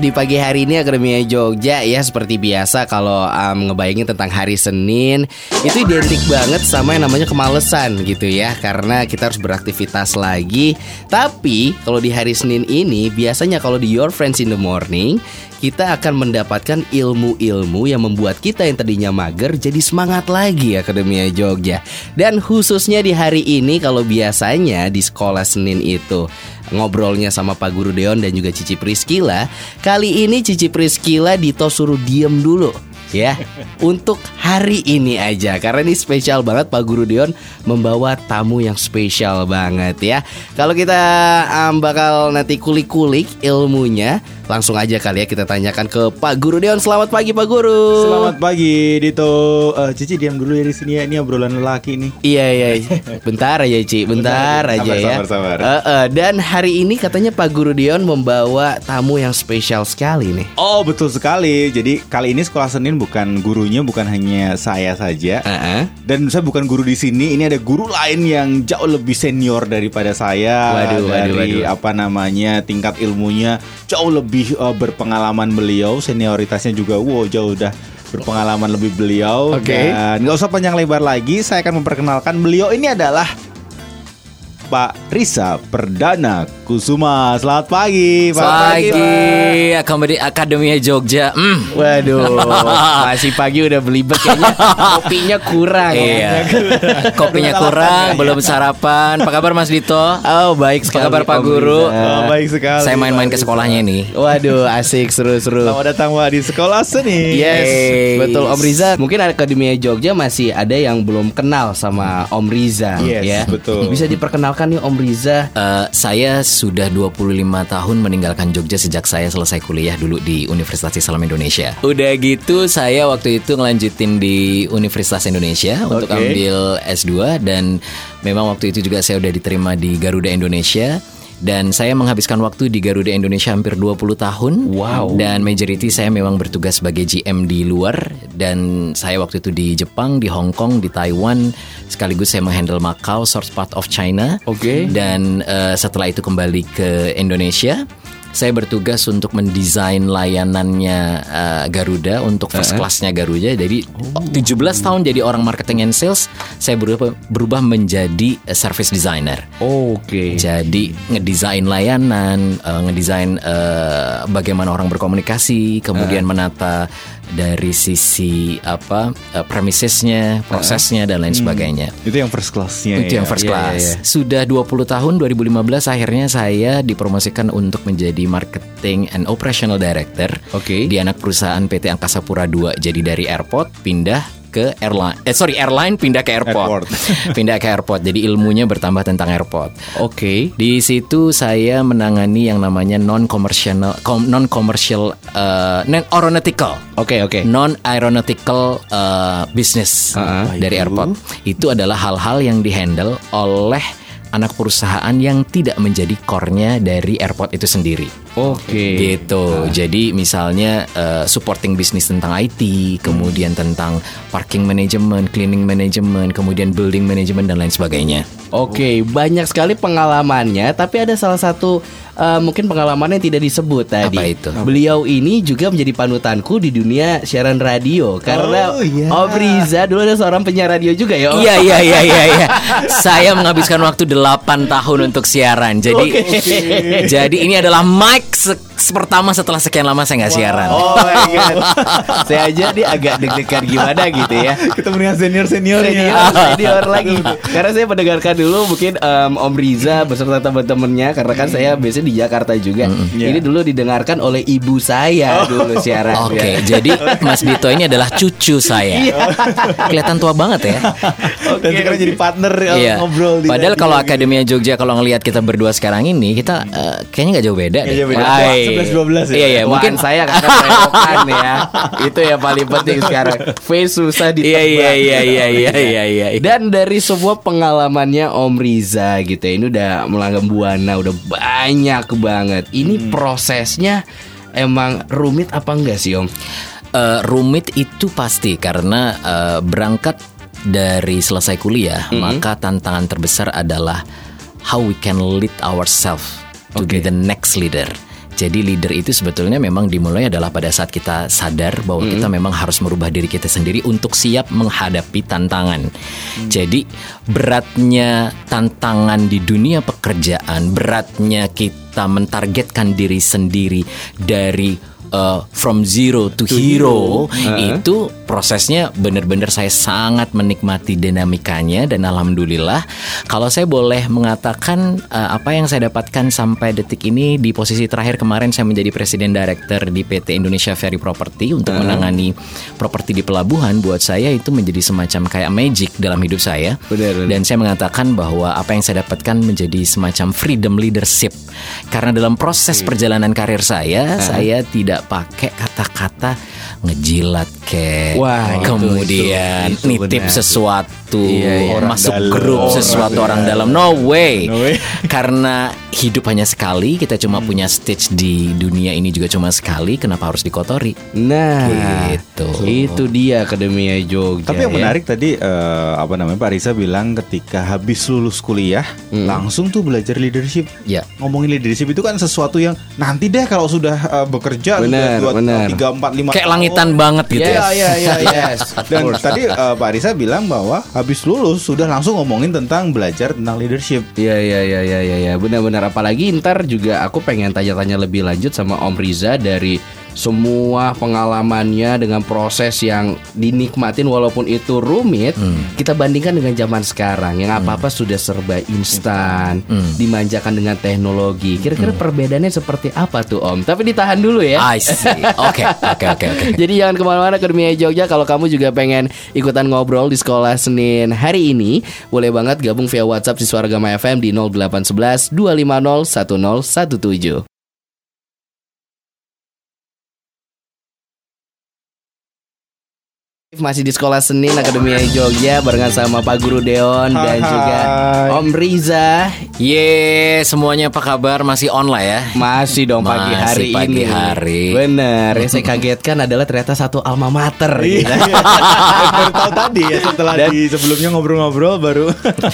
di pagi hari ini Akademia Jogja ya seperti biasa kalau ngebayangin tentang hari Senin itu identik banget sama yang namanya kemalesan gitu ya, karena kita harus beraktivitas lagi. Tapi kalau di hari Senin ini biasanya kalau di Your Friends in the Morning kita akan mendapatkan ilmu-ilmu yang membuat kita yang tadinya mager jadi semangat lagi Akademia Jogja. Dan khususnya di hari ini, kalau biasanya di sekolah Senin itu ngobrolnya sama Pak Guru Deon dan juga Cici Priscila, kali ini Cici Priscila Dito suruh diem dulu ya untuk hari ini aja, karena ini spesial banget. Pak Guru Deon membawa tamu yang spesial banget ya. Kalau kita bakal nanti kulik-kulik ilmunya, langsung aja kali ya kita tanyakan ke Pak Guru Deon. Selamat pagi Pak Guru. Selamat pagi Dito. Cici diam dulu ya di sini ya, ini obrolan lelaki nih. Iya. Bentar aja Ci, bentar aja ya. Sabar. Dan hari ini katanya Pak Guru Deon membawa tamu yang spesial sekali nih. Oh betul sekali. Jadi kali ini sekolah Senin bukan gurunya bukan hanya saya saja. Dan saya bukan guru di sini. Ini ada guru lain yang jauh lebih senior daripada saya. Waduh. Tingkat ilmunya jauh lebih berpengalaman beliau. Senioritasnya juga jauh udah berpengalaman lebih beliau. Dan gak usah panjang lebar lagi, saya akan memperkenalkan beliau. Ini adalah Pak Risa Perdana Kusuma. Selamat pagi Pak. Pagi Akademia Jogja. Waduh, masih pagi udah belibet kayaknya. Kopinya kurang. Iya. Kopinya kurang, belum sarapan. Apa kabar Mas Dito? Oh baik sekali. Apa kabar Pak Guru? Baik sekali. Saya main-main ke sekolahnya nih. Waduh, asik, seru-seru. Selamat datang Pak di sekolah Seni. Yes, betul Om Riza. Mungkin Akademia Jogja masih ada yang belum kenal sama Om Riza. Yes, ya. betul. Bisa diperkenalkan nih Om Riza. Saya sudah 25 tahun meninggalkan Jogja sejak saya selesai kuliah dulu di Universitas Islam Indonesia. Udah gitu saya waktu itu ngelanjutin di Universitas Indonesia untuk ambil S2. Dan memang waktu itu juga saya udah diterima di Garuda Indonesia. Dan saya menghabiskan waktu di Garuda Indonesia hampir 20 tahun. Wow. Dan majority saya memang bertugas sebagai GM di luar. Dan saya waktu itu di Jepang, di Hong Kong, di Taiwan. Sekaligus saya menghandle Macau, source part of China. Dan setelah itu kembali ke Indonesia. Saya bertugas untuk mendesain layanannya Garuda untuk first class-nya Garuda. Jadi 17 tahun jadi orang marketing and sales, saya berubah menjadi service designer. Jadi ngedesain layanan, ngedesain bagaimana orang berkomunikasi, kemudian menata dari sisi premisesnya, prosesnya dan lain sebagainya. Itu yang first class-nya. Itu yang first class. Sudah 20 tahun, 2015 akhirnya saya dipromosikan untuk menjadi Marketing and Operational Director di anak perusahaan PT Angkasa Pura II. Jadi dari airport pindah ke airline pindah ke airport. Pindah ke airport. Jadi ilmunya bertambah tentang airport. Di situ saya menangani yang namanya non-aeronautical business dari airport. Itu adalah hal-hal yang dihandle oleh anak perusahaan yang tidak menjadi core-nya dari airport itu sendiri. Gitu. Jadi misalnya supporting bisnis tentang IT, kemudian tentang parking management, cleaning management, kemudian building management dan lain sebagainya. Banyak sekali pengalamannya, tapi ada salah satu mungkin pengalamannya yang tidak disebut tadi. Apa itu? Beliau ini juga menjadi panutanku di dunia siaran radio. Karena Om Riza dulu ada seorang penyiar radio juga ya. Iya. Saya menghabiskan waktu 8 tahun untuk siaran. Jadi ini adalah mic pertama setelah sekian lama saya nggak siaran. Saya aja dia agak deg-degan gimana gitu ya. Ketemu dengan senior lagi. Karena saya mendengarkan dulu mungkin Om Riza beserta teman-temannya, karena kan saya biasanya di Jakarta juga. Ini dulu didengarkan oleh ibu saya dulu siaran. Jadi Mas Dito ini adalah cucu saya. Kelihatan tua banget ya. Dan sekarang jadi partner ngobrol. Padahal kalau Akademia Jogja kalau ngelihat kita berdua sekarang ini, kita kayaknya nggak jauh beda deh. 11-12 ya. Iya, mungkin saya karena berewokan ya. Itu yang paling penting sekarang. Face susah ditebak. Iya. Dan dari semua pengalamannya Om Riza gitu ya, ini udah melanglang buana, udah banyak banget. Ini prosesnya emang rumit apa enggak sih Om? Rumit itu pasti karena berangkat dari selesai kuliah, maka tantangan terbesar adalah how we can lead ourselves to be the next leader. Jadi leader itu sebetulnya memang dimulai adalah pada saat kita sadar bahwa kita memang harus merubah diri kita sendiri untuk siap menghadapi tantangan. Jadi beratnya tantangan di dunia pekerjaan, beratnya kita mentargetkan diri sendiri dari from zero to hero, itu prosesnya benar-benar saya sangat menikmati dinamikanya. Dan alhamdulillah kalau saya boleh mengatakan apa yang saya dapatkan sampai detik ini, di posisi terakhir kemarin saya menjadi Presiden Director di PT Indonesia Ferry Property untuk menangani properti di pelabuhan. Buat saya itu menjadi semacam kayak magic dalam hidup saya. Benar. Dan saya mengatakan bahwa apa yang saya dapatkan menjadi semacam freedom leadership. Karena dalam proses perjalanan karir saya tidak pakai kata-kata ngejilat kemudian itu nitip benar. Sesuatu masuk grup sesuatu orang dalam, no way. Karena hidup hanya sekali, kita cuma punya stage di dunia ini juga cuma sekali, kenapa harus dikotori? Nah, gitu. Itu dia Akademia Jogja. Tapi yang menarik tadi Pak Riza bilang ketika habis lulus kuliah langsung tuh belajar leadership. Ya. Ngomongin leadership itu kan sesuatu yang nanti deh kalau sudah bekerja 2, 3, 4, 5 kayak langitan banget gitu. Yes. Dan tadi Pak Riza bilang bahwa habis lulus sudah langsung ngomongin tentang belajar tentang leadership. Iya. Benar-benar, apalagi ntar juga aku pengen tanya-tanya lebih lanjut sama Om Riza dari semua pengalamannya dengan proses yang dinikmatin walaupun itu rumit. Kita bandingkan dengan zaman sekarang yang apa-apa sudah serba instan, dimanjakan dengan teknologi. Kira-kira perbedaannya seperti apa tuh Om? Tapi ditahan dulu ya. I see. Oke. Jadi jangan kemana-mana Akademia Jogja. Kalau kamu juga pengen ikutan ngobrol di Sekolah Senin hari ini, boleh banget gabung via WhatsApp di Suara Gama FM di 0811 250 1017. Masih di Sekolah Senin Akademia Jogja barengan sama Pak Guru Deon dan juga Om Riza. Semuanya apa kabar? Masih on lah ya? Masih dong pagi hari ini. Bener, yang saya kagetkan adalah ternyata satu alma mater. Baru tahu tadi ya setelah sebelumnya ngobrol-ngobrol baru.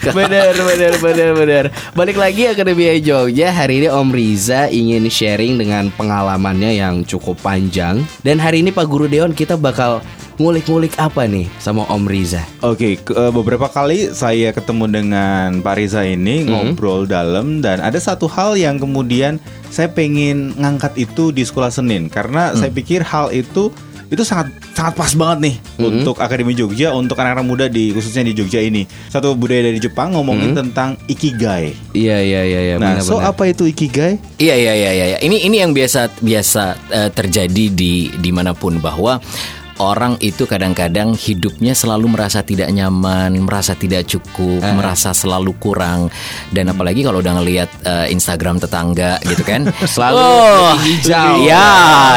Bener. Balik lagi Akademia Jogja. Hari ini Om Riza ingin sharing dengan pengalamannya yang cukup panjang. Dan hari ini Pak Guru Deon kita bakal ngulik-ngulik apa nih sama Om Riza? Oke, beberapa kali saya ketemu dengan Pak Riza ini ngobrol dalam, dan ada satu hal yang kemudian saya pengen ngangkat itu di Sekolah Senin karena saya pikir hal itu sangat pas banget nih untuk Akademi Jogja, untuk anak-anak muda khususnya di Jogja ini. Satu budaya dari Jepang ngomongin tentang ikigai. Iya. Nah, apa itu ikigai? Iya. Ini yang biasa terjadi di manapun, bahwa orang itu kadang-kadang hidupnya selalu merasa tidak nyaman, merasa tidak cukup, merasa selalu kurang. Dan apalagi kalau udah ngelihat Instagram tetangga gitu kan, selalu hijau. Ya.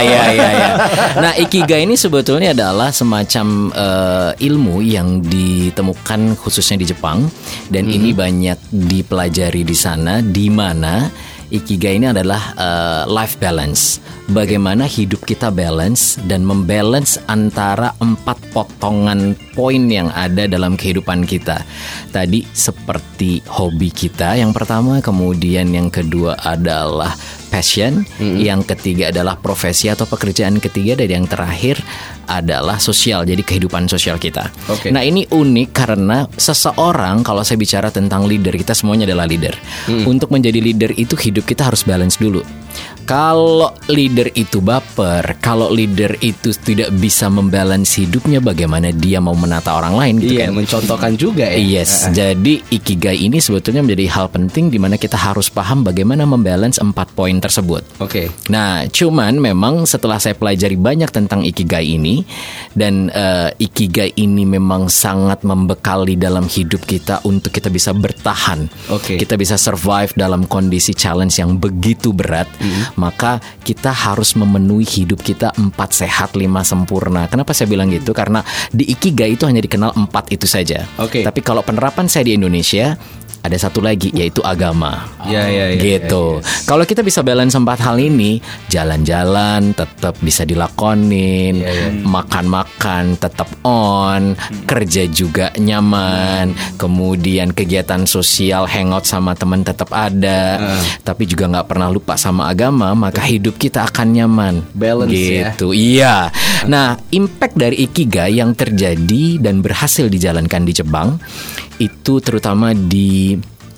Nah, ikigai ini sebetulnya adalah semacam ilmu yang ditemukan khususnya di Jepang, dan ini banyak dipelajari di sana, di mana ikigai ini adalah life balance. Bagaimana hidup kita balance dan membalance antara 4 potongan poin yang ada dalam kehidupan kita. Tadi seperti hobi kita yang pertama, kemudian yang kedua adalah passion, yang ketiga adalah profesi atau pekerjaan ketiga, dan yang terakhir adalah sosial, jadi kehidupan sosial kita. Nah, ini unik karena seseorang, kalau saya bicara tentang leader, kita semuanya adalah leader. Untuk menjadi leader itu hidup kita harus balance dulu. Kalau leader itu baper, kalau leader itu tidak bisa membalance hidupnya, bagaimana dia mau menata orang lain gitu kan? Mencontohkan juga ya. Yes, jadi ikigai ini sebetulnya menjadi hal penting di mana kita harus paham bagaimana membalance 4 poin tersebut. Nah, cuman memang setelah saya pelajari banyak tentang ikigai ini, dan ikigai ini memang sangat membekali dalam hidup kita untuk kita bisa bertahan. Kita bisa survive dalam kondisi challenge yang begitu berat. Maka kita harus memenuhi hidup kita 4 sehat 5 sempurna. Kenapa saya bilang gitu? Karena di ikigai itu hanya dikenal 4 itu saja. Tapi kalau penerapan saya di Indonesia, ada satu lagi yaitu agama. Gitu. Yes. Kalau kita bisa balance 4 hal ini, jalan-jalan tetap bisa dilakonin, makan-makan tetap on, kerja juga nyaman, kemudian kegiatan sosial hangout sama teman tetap ada, tapi juga nggak pernah lupa sama agama, maka hidup kita akan nyaman. Balance gitu. Iya. Nah, impact dari Ikigai yang terjadi dan berhasil dijalankan di Jepang itu terutama di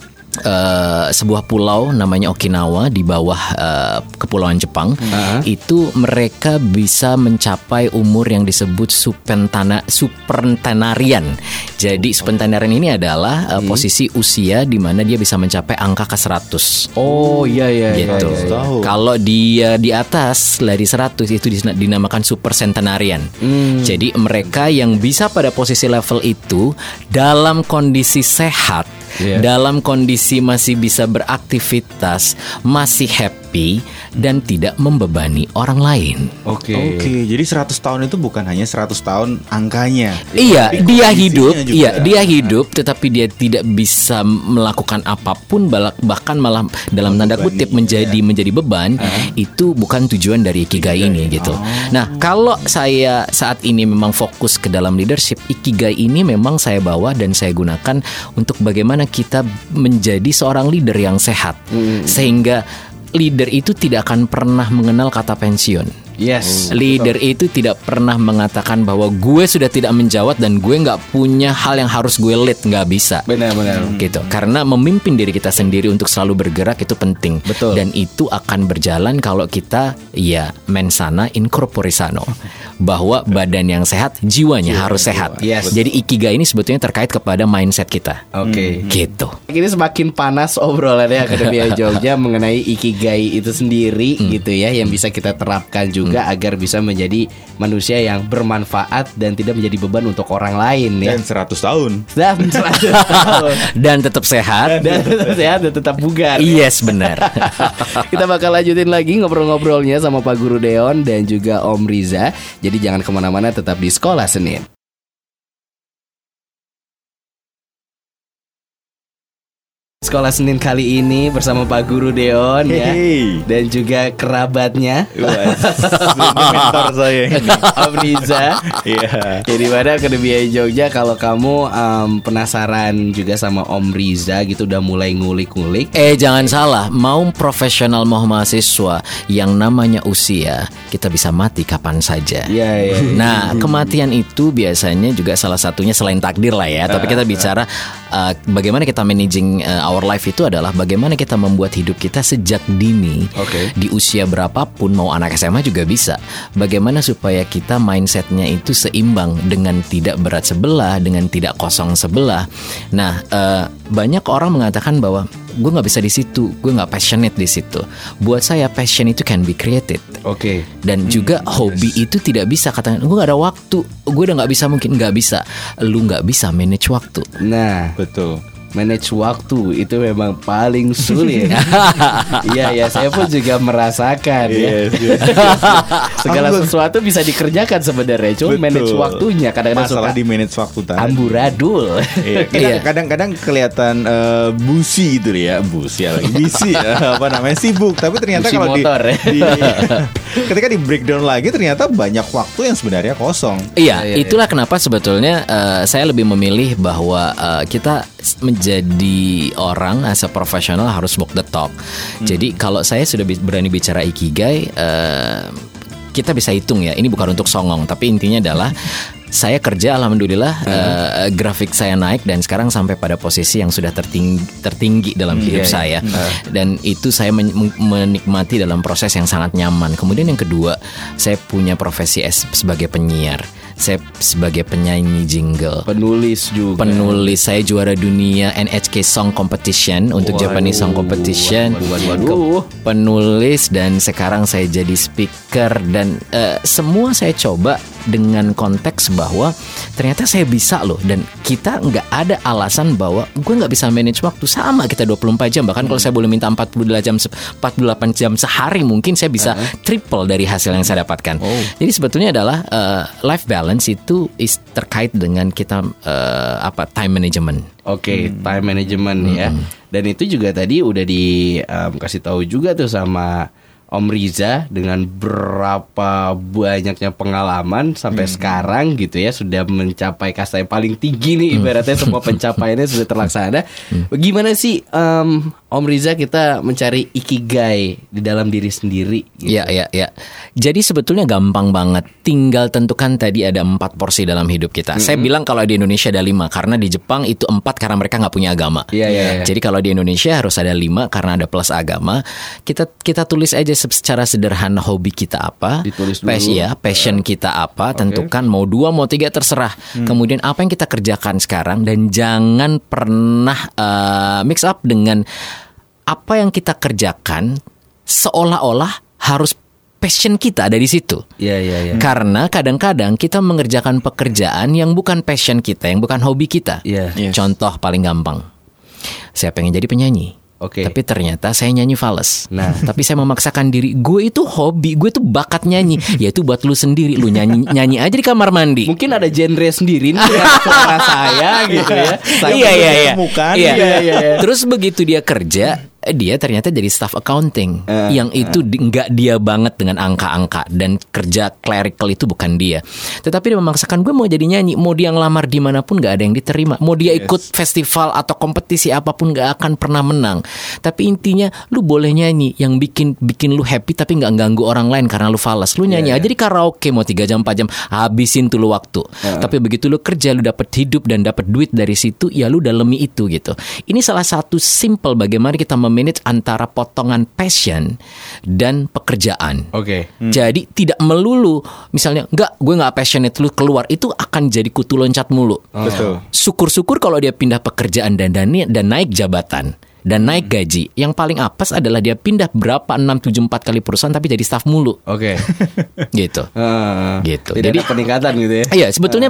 sebuah pulau namanya Okinawa di bawah kepulauan Jepang. Itu mereka bisa mencapai umur yang disebut supertenarian. Jadi supertenarian ini adalah posisi usia di mana dia bisa mencapai angka ke 100. Oh iya. Gitu. Kalau dia di atas dari 100 itu dinamakan supercentenarian. Jadi mereka yang bisa pada posisi level itu dalam kondisi sehat, dalam kondisi masih bisa beraktivitas, masih happy dan tidak membebani orang lain. Oke, jadi 100 tahun itu bukan hanya 100 tahun angkanya. Iya, dia hidup, dia hidup tetapi dia tidak bisa melakukan apapun, bahkan malah dalam tanda kutip menjadi beban. Itu bukan tujuan dari Ikigai ini gitu. Nah, kalau saya saat ini memang fokus ke dalam leadership, Ikigai ini memang saya bawa dan saya gunakan untuk bagaimana kita menjadi seorang leader yang sehat, sehingga leader itu tidak akan pernah mengenal kata pensiun. Yes. Leader itu tidak pernah mengatakan bahwa gue sudah tidak menjawab dan gue nggak punya hal yang harus gue lead, nggak bisa. Benar. Gitu. Karena memimpin diri kita sendiri untuk selalu bergerak itu penting. Betul. Dan itu akan berjalan kalau kita mens sana in corpore sano, bahwa badan yang sehat, jiwanya harus sehat. Yes. Jadi Ikigai ini sebetulnya terkait kepada mindset kita. Gitu. Ini semakin panas obrolannya Akademia Jogja mengenai Ikigai itu sendiri gitu ya, yang bisa kita terapkan juga agar bisa menjadi manusia yang bermanfaat dan tidak menjadi beban untuk orang lain ya. Dan 100 tahun. Dan 100 tahun. Dan tetap sehat. Dan tetap bugar. Yes, benar. Kita bakal lanjutin lagi ngobrol-ngobrolnya sama Pak Guru Deon dan juga Om Riza. Jadi jangan kemana-mana, tetap di Sekolah Senin. Sekolah Senin kali ini bersama Pak Guru Deon ya, dan juga kerabatnya, mentor saya Om Riza. Jadi pada Akademia Jogja, kalau kamu penasaran juga sama Om Riza gitu, udah mulai ngulik-ngulik. Jangan salah, mau profesional mau mahasiswa, yang namanya usia kita bisa mati kapan saja. Nah, kematian itu biasanya juga salah satunya selain takdir lah ya. Tapi kita bicara bagaimana kita managing our life itu adalah bagaimana kita membuat hidup kita sejak dini. Di usia berapapun, mau anak SMA juga bisa. Bagaimana supaya kita mindsetnya itu seimbang, dengan tidak berat sebelah, dengan tidak kosong sebelah. Nah, banyak orang mengatakan bahwa gue nggak bisa di situ, gue nggak passionate di situ. Buat saya passion itu can be created. Dan juga hobi itu tidak bisa katakan gue nggak ada waktu, gue udah nggak bisa, mungkin nggak bisa. Lu nggak bisa manage waktu. Nah, betul. Manage waktu itu memang paling sulit. Iya, saya pun juga merasakan ya. Segala sesuatu bisa dikerjakan sebenarnya, cuma manage waktunya kadang-kadang masalah di manage waktu tadi. Amburadul. Kadang-kadang kelihatan busi gitu ya, apa namanya, sibuk. Tapi ternyata kalau ketika di breakdown lagi, ternyata banyak waktu yang sebenarnya kosong. Itulah kenapa sebetulnya saya lebih memilih bahwa kita menjadi orang as a profesional harus walk the talk. Jadi kalau saya sudah berani bicara Ikigai, kita bisa hitung ya. Ini bukan untuk songong, tapi intinya adalah saya kerja, alhamdulillah, grafik saya naik dan sekarang sampai pada posisi yang sudah tertinggi dalam hidup saya. Dan itu saya menikmati dalam proses yang sangat nyaman. Kemudian yang kedua, saya punya profesi sebagai penyiar. Saya sebagai penyanyi jingle, penulis juga. Saya juara dunia NHK Song Competition untuk Japanese Song Competition. Penulis, dan sekarang saya jadi speaker. Dan semua saya coba dengan konteks bahwa ternyata saya bisa loh, dan kita nggak ada alasan bahwa gue nggak bisa manage waktu. Sama kita 24 jam, bahkan kalau saya boleh minta 48 jam sehari, mungkin saya bisa triple dari hasil yang saya dapatkan. Jadi sebetulnya adalah life balance itu terkait dengan kita time management. Time management ya. Dan itu juga tadi udah dikasih tahu juga tuh sama Om Riza dengan berapa banyaknya pengalaman sampai sekarang gitu ya, sudah mencapai kasta yang paling tinggi nih, ibaratnya semua pencapaiannya sudah terlaksana. Bagaimana sih Om Riza kita mencari ikigai di dalam diri sendiri gitu? Ya. Jadi sebetulnya gampang banget. Tinggal tentukan tadi ada 4 porsi dalam hidup kita. Saya bilang kalau di Indonesia ada 5, karena di Jepang itu 4 karena mereka nggak punya agama. Jadi kalau di Indonesia harus ada 5 karena ada plus agama. Kita tulis aja secara sederhana hobi kita apa, ditulis dulu. Passion kita apa, tentukan mau 2 mau 3 terserah. Kemudian apa yang kita kerjakan sekarang, dan jangan pernah mix up dengan apa yang kita kerjakan seolah-olah harus passion kita ada di situ. Iya. Karena kadang-kadang kita mengerjakan pekerjaan yang bukan passion kita, yang bukan hobi kita. Contoh paling gampang, saya pengen jadi penyanyi. Tapi ternyata saya nyanyi fales. Tapi saya memaksakan diri, gue itu hobi, gue itu bakat nyanyi. Ya itu buat lu sendiri, lu nyanyi aja di kamar mandi. Mungkin ada genre sendiri nih suara saya gitu ya. Iya. Terus begitu dia kerja, dia ternyata jadi staff accounting, yang itu nggak dia banget dengan angka-angka, dan kerja clerical itu bukan dia. Tetapi dia memaksakan, gue mau jadi nyanyi. Mau dia ngelamar dimanapun nggak ada yang diterima. Mau dia ikut festival atau kompetisi apapun nggak akan pernah menang. Tapi intinya lu boleh nyanyi yang bikin lu happy, tapi nggak ganggu orang lain karena lu falas. Lu nyanyi aja di karaoke mau 3 jam 4 jam, habisin tuh lu waktu. Tapi begitu lu kerja, lu dapet hidup dan dapet duit dari situ, ya lu dalemi itu gitu. Ini salah satu simple bagaimana kita manage antara potongan passion dan pekerjaan. Jadi tidak melulu misalnya gue nggak passionate, lu keluar, itu akan jadi kutu loncat mulu. Betul. Syukur-syukur kalau dia pindah pekerjaan dan naik jabatan dan naik gaji. Yang paling apes adalah dia pindah berapa 6, 7, 4 kali perusahaan tapi jadi staff mulu. Gitu. Gitu. Tidak jadi ada peningkatan gitu ya. Iya, sebetulnya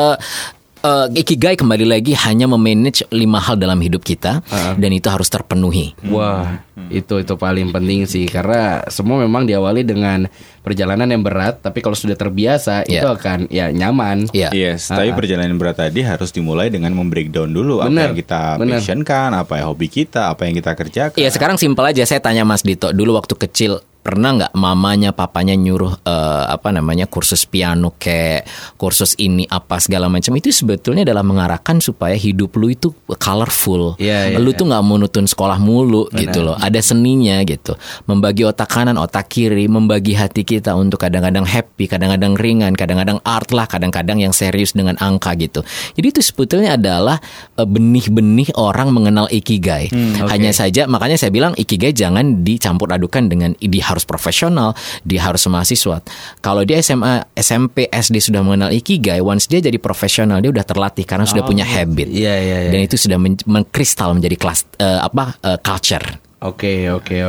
ikigai kembali lagi hanya memanage 5 hal dalam hidup kita, dan itu harus terpenuhi. Wah, itu paling penting sih, karena semua memang diawali dengan perjalanan yang berat, tapi kalau sudah terbiasa itu akan nyaman. Tapi perjalanan berat tadi harus dimulai dengan membreakdown dulu apa yang kita passionkan, apa yang hobi kita, apa yang kita kerjakan. Iya, sekarang simpel aja. Saya tanya Mas Dito, dulu waktu kecil pernah nggak mamanya papanya nyuruh kursus piano kayak kursus ini apa segala macam, itu sebetulnya adalah mengarahkan supaya hidup lu itu colorful. Lu tuh nggak monoton sekolah mulu. Gitu loh, ada seninya gitu, membagi otak kanan otak kiri, membagi hati kita untuk kadang-kadang happy, kadang-kadang ringan, kadang-kadang art lah, kadang-kadang yang serius dengan angka gitu. Jadi itu sebetulnya adalah benih-benih orang mengenal ikigai. Hanya saja makanya saya bilang ikigai jangan dicampur adukan dengan harus profesional, dia harus mahasiswa. Kalau dia SMA, SMP, SD sudah mengenal ikigai, once dia jadi profesional, dia udah terlatih karena sudah punya habit. Dan itu sudah mengkristal menjadi culture. Oke.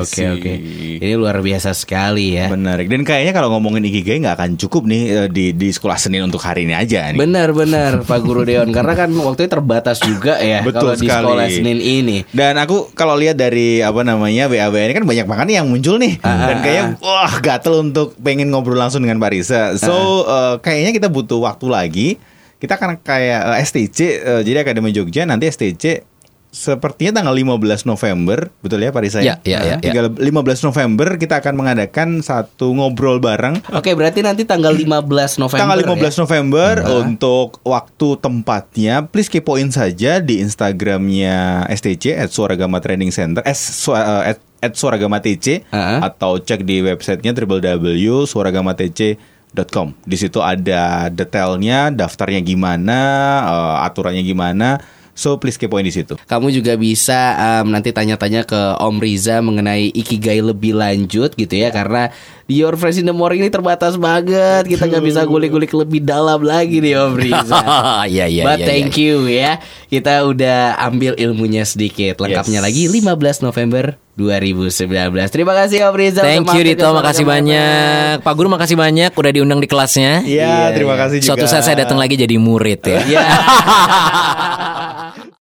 Ini luar biasa sekali ya. Benar. Dan kayaknya kalau ngomongin ikigai nggak akan cukup nih di sekolah Senin untuk hari ini aja nih. Benar Pak Guru Deon, karena kan waktunya terbatas juga ya. Betul kalau di sekolah Senin ini. Dan aku kalau lihat dari WA ini kan banyak banget nih yang muncul nih. Dan kayaknya gatel untuk pengen ngobrol langsung dengan Pak Riza. So kayaknya kita butuh waktu lagi. Kita akan kayak STC, jadi Akademi Jogja nanti STC sepertinya tanggal 15 November, betul ya Pak Riza? Ya. 15 November kita akan mengadakan satu ngobrol bareng. Oke, berarti nanti tanggal 15 November. Tanggal 15 November untuk waktu tempatnya, please kepoin saja di Instagramnya STC @suaragama_training_center @suaragama_tc atau cek di websitenya www.suaragamatc.com. Di situ ada detailnya, daftarnya gimana, aturannya gimana. So please kepoin di situ. Kamu juga bisa nanti tanya-tanya ke Om Riza mengenai ikigai lebih lanjut gitu ya, karena di Your Friends in the Morning ini terbatas banget. Kita nggak bisa gulik-gulik lebih dalam lagi nih Om Riza. But thank you ya. Kita udah ambil ilmunya sedikit. Lengkapnya lagi 15 November 2019. Terima kasih Om Rizal. Thank you Dito, makasih banyak. Pak Guru makasih banyak udah diundang di kelasnya. Iya, terima kasih juga. Suatu saat saya datang lagi jadi murid ya.